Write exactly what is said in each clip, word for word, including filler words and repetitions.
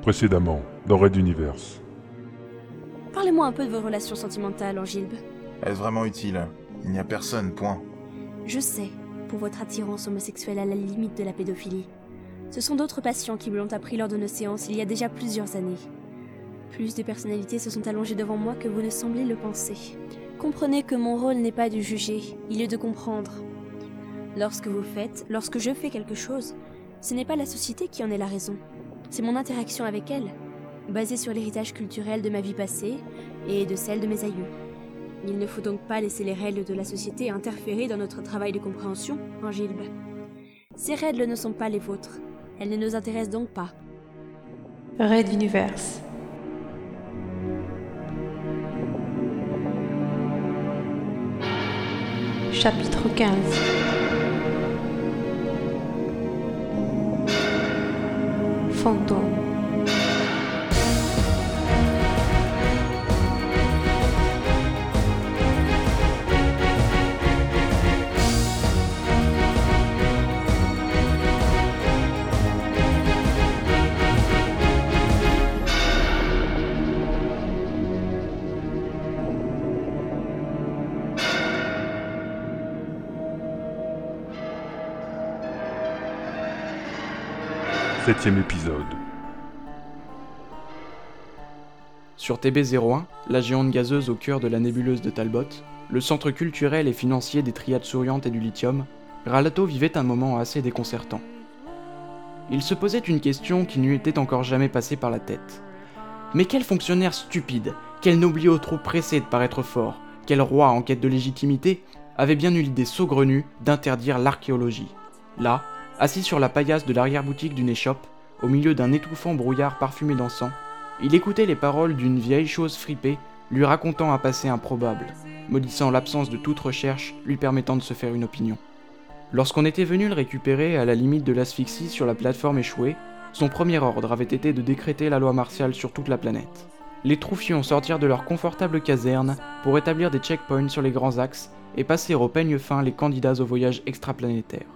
Précédemment, dans Red Universe. Parlez-moi un peu de vos relations sentimentales, Angilbe. Est-ce vraiment utile? Il n'y a personne, point. Je sais, pour votre attirance homosexuelle à la limite de la pédophilie. Ce sont d'autres patients qui me l'ont appris lors de nos séances il y a déjà plusieurs années. Plus de personnalités se sont allongées devant moi que vous ne semblez le penser. Comprenez que mon rôle n'est pas de juger, il est de comprendre. Lorsque vous faites, lorsque je fais quelque chose, ce n'est pas la société qui en est la raison. C'est mon interaction avec elle, basée sur l'héritage culturel de ma vie passée et de celle de mes aïeux. Il ne faut donc pas laisser les règles de la société interférer dans notre travail de compréhension, Angilbe. Ces règles ne sont pas les vôtres. Elles ne nous intéressent donc pas. Red Universe. Chapitre quinze. Fantôme. Septième épisode. Sur T B zéro un, la géante gazeuse au cœur de la nébuleuse de Talbot, le centre culturel et financier des triades souriantes et du lithium, Ralato vivait un moment assez déconcertant. Il se posait une question qui ne lui était encore jamais passée par la tête. Mais quel fonctionnaire stupide, quel noblier trop pressé de paraître fort, quel roi en quête de légitimité avait bien eu l'idée saugrenue d'interdire l'archéologie. Là, assis sur la paillasse de l'arrière-boutique d'une échoppe, au milieu d'un étouffant brouillard parfumé d'encens, il écoutait les paroles d'une vieille chose fripée, lui racontant un passé improbable, maudissant l'absence de toute recherche lui permettant de se faire une opinion. Lorsqu'on était venu le récupérer à la limite de l'asphyxie sur la plateforme échouée, son premier ordre avait été de décréter la loi martiale sur toute la planète. Les troufions sortirent de leur confortable caserne pour établir des checkpoints sur les grands axes et passer au peigne fin les candidats au voyage extraplanétaire.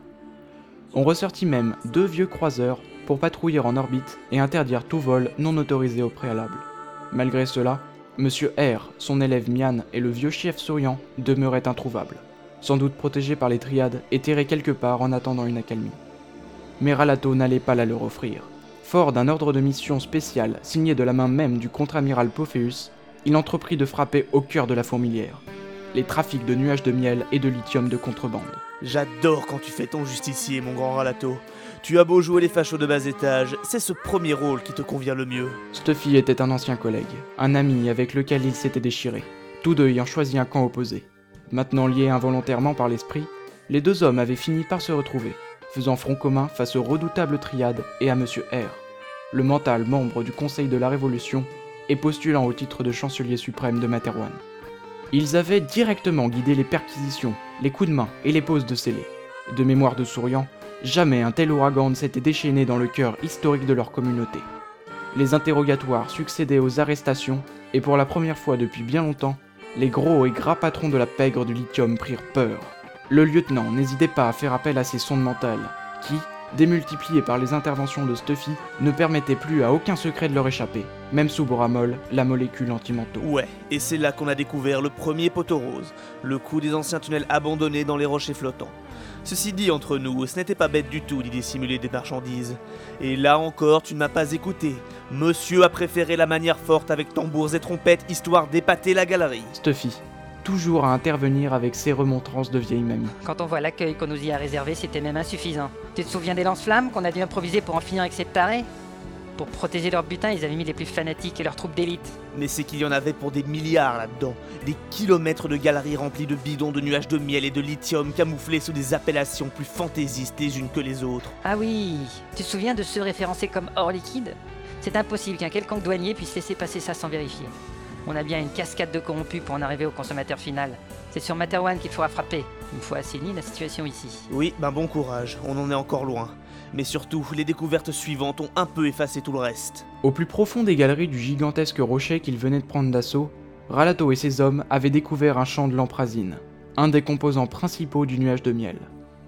On ressortit même deux vieux croiseurs pour patrouiller en orbite et interdire tout vol non autorisé au préalable. Malgré cela, Monsieur R, son élève Mian et le vieux chef souriant demeuraient introuvables, sans doute protégés par les triades et terrés quelque part en attendant une accalmie. Mais Ralato n'allait pas la leur offrir. Fort d'un ordre de mission spécial signé de la main même du contre-amiral Pophéus, il entreprit de frapper au cœur de la fourmilière, les trafics de nuages de miel et de lithium de contrebande. J'adore quand tu fais ton justicier, mon grand Ralato. Tu as beau jouer les fachos de bas étage, c'est ce premier rôle qui te convient le mieux. Stuffy était un ancien collègue, un ami avec lequel il s'était déchiré, tous deux ayant choisi un camp opposé. Maintenant liés involontairement par l'esprit, les deux hommes avaient fini par se retrouver, faisant front commun face aux redoutables triades et à Monsieur R, le mental membre du Conseil de la Révolution et postulant au titre de chancelier suprême de Materwan. Ils avaient directement guidé les perquisitions, les coups de main et les poses de scellés. De mémoire de souriant, jamais un tel ouragan ne s'était déchaîné dans le cœur historique de leur communauté. Les interrogatoires succédaient aux arrestations, et pour la première fois depuis bien longtemps, les gros et gras patrons de la pègre du lithium prirent peur. Le lieutenant n'hésitait pas à faire appel à ses sondes mentales, qui, démultipliées par les interventions de Stuffy, ne permettaient plus à aucun secret de leur échapper, même sous Boramol, la molécule anti-manteau. Ouais, et c'est là qu'on a découvert le premier poteau rose, le coup des anciens tunnels abandonnés dans les rochers flottants. Ceci dit entre nous, ce n'était pas bête du tout d'y dissimuler des marchandises. Et là encore, tu ne m'as pas écouté. Monsieur a préféré la manière forte avec tambours et trompettes, histoire d'épater la galerie. Stuffy, toujours à intervenir avec ses remontrances de vieille mamie. Quand on voit l'accueil qu'on nous y a réservé, c'était même insuffisant. Tu te souviens des lance-flammes qu'on a dû improviser pour en finir avec ces tarés ? Pour protéger leur butin, ils avaient mis les plus fanatiques et leurs troupes d'élite. Mais c'est qu'il y en avait pour des milliards là-dedans. Des kilomètres de galeries remplies de bidons de nuages de miel et de lithium camouflés sous des appellations plus fantaisistes les unes que les autres. Ah oui, tu te souviens de ceux référencés comme or liquide ? C'est impossible qu'un quelconque douanier puisse laisser passer ça sans vérifier. On a bien une cascade de corrompus pour en arriver au consommateur final. C'est sur Materwan qu'il faudra frapper, une fois assainie la situation ici. Oui, ben bon courage, on en est encore loin. Mais surtout, les découvertes suivantes ont un peu effacé tout le reste. Au plus profond des galeries du gigantesque rocher qu'ils venaient de prendre d'assaut, Ralato et ses hommes avaient découvert un champ de lamprazine, un des composants principaux du nuage de miel.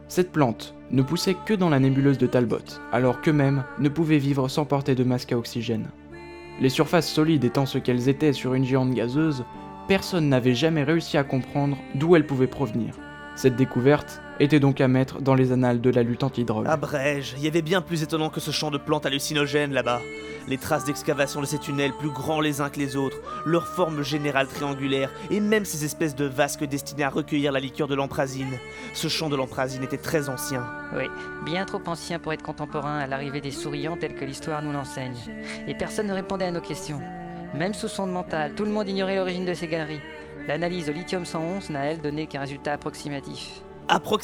Cette plante ne poussait que dans la nébuleuse de Talbot, alors qu'eux-mêmes ne pouvaient vivre sans porter de masque à oxygène. Les surfaces solides étant ce qu'elles étaient sur une géante gazeuse, personne n'avait jamais réussi à comprendre d'où elles pouvaient provenir. Cette découverte était donc à mettre dans les annales de la lutte anti-drogue. Abrège, il y avait bien plus étonnant que ce champ de plantes hallucinogènes là-bas. Les traces d'excavation de ces tunnels plus grands les uns que les autres, leur forme générale triangulaire, et même ces espèces de vasques destinées à recueillir la liqueur de l'emprazine. Ce champ de l'emprazine était très ancien. Oui, bien trop ancien pour être contemporain à l'arrivée des souriants tels que l'histoire nous l'enseigne. Et personne ne répondait à nos questions. Même sous sonde mentale, tout le monde ignorait l'origine de ces galeries. L'analyse au lithium cent onze n'a, elle, donné qu'un résultat approximatif. Approximatif ?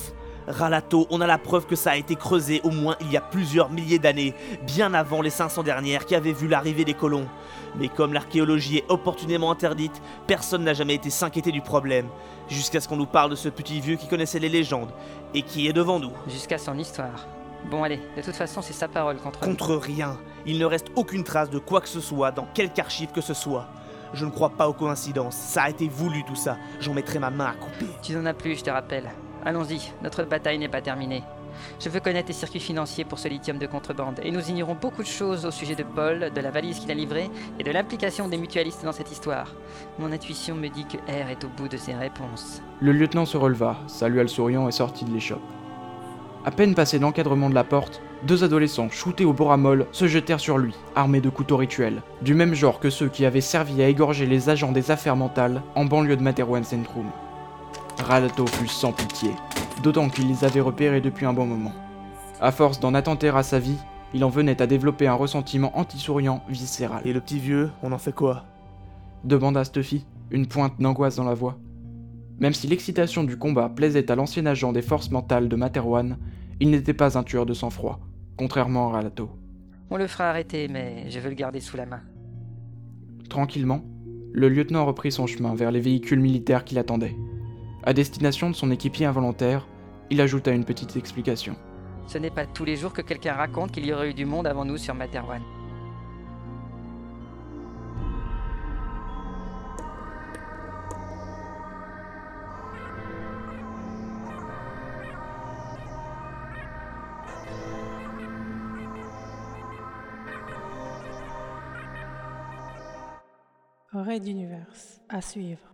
Ralato, on a la preuve que ça a été creusé au moins il y a plusieurs milliers d'années, bien avant les cinq cents dernières qui avaient vu l'arrivée des colons. Mais comme l'archéologie est opportunément interdite, personne n'a jamais été s'inquiéter du problème, jusqu'à ce qu'on nous parle de ce petit vieux qui connaissait les légendes, et qui est devant nous. Jusqu'à son histoire. Bon allez, de toute façon c'est sa parole contre nous. Contre rien. Il ne reste aucune trace de quoi que ce soit dans quelque archive que ce soit. Je ne crois pas aux coïncidences, ça a été voulu tout ça, j'en mettrai ma main à couper. Tu n'en as plus, je te rappelle. Allons-y, notre bataille n'est pas terminée. Je veux connaître les circuits financiers pour ce lithium de contrebande, et nous ignorons beaucoup de choses au sujet de Paul, de la valise qu'il a livrée, et de l'implication des mutualistes dans cette histoire. Mon intuition me dit que R est au bout de ses réponses. Le lieutenant se releva, salua le souriant et sortit de l'échoppe. À peine passé l'encadrement de la porte, deux adolescents, shootés au boramol, se jetèrent sur lui, armés de couteaux rituels, du même genre que ceux qui avaient servi à égorger les agents des affaires mentales en banlieue de Materwan Centrum. Ralato fut sans pitié, d'autant qu'il les avait repérés depuis un bon moment. À force d'en attenter à sa vie, il en venait à développer un ressentiment anti-souriant viscéral. Et le petit vieux, on en fait quoi ? Demanda Stuffy, une pointe d'angoisse dans la voix. Même si l'excitation du combat plaisait à l'ancien agent des forces mentales de Materwan, il n'était pas un tueur de sang-froid, contrairement à Ralato. On le fera arrêter, mais je veux le garder sous la main. Tranquillement, le lieutenant reprit son chemin vers les véhicules militaires qui l'attendaient. À destination de son équipier involontaire, il ajouta une petite explication. Ce n'est pas tous les jours que quelqu'un raconte qu'il y aurait eu du monde avant nous sur Materwan. Raid d'univers à suivre.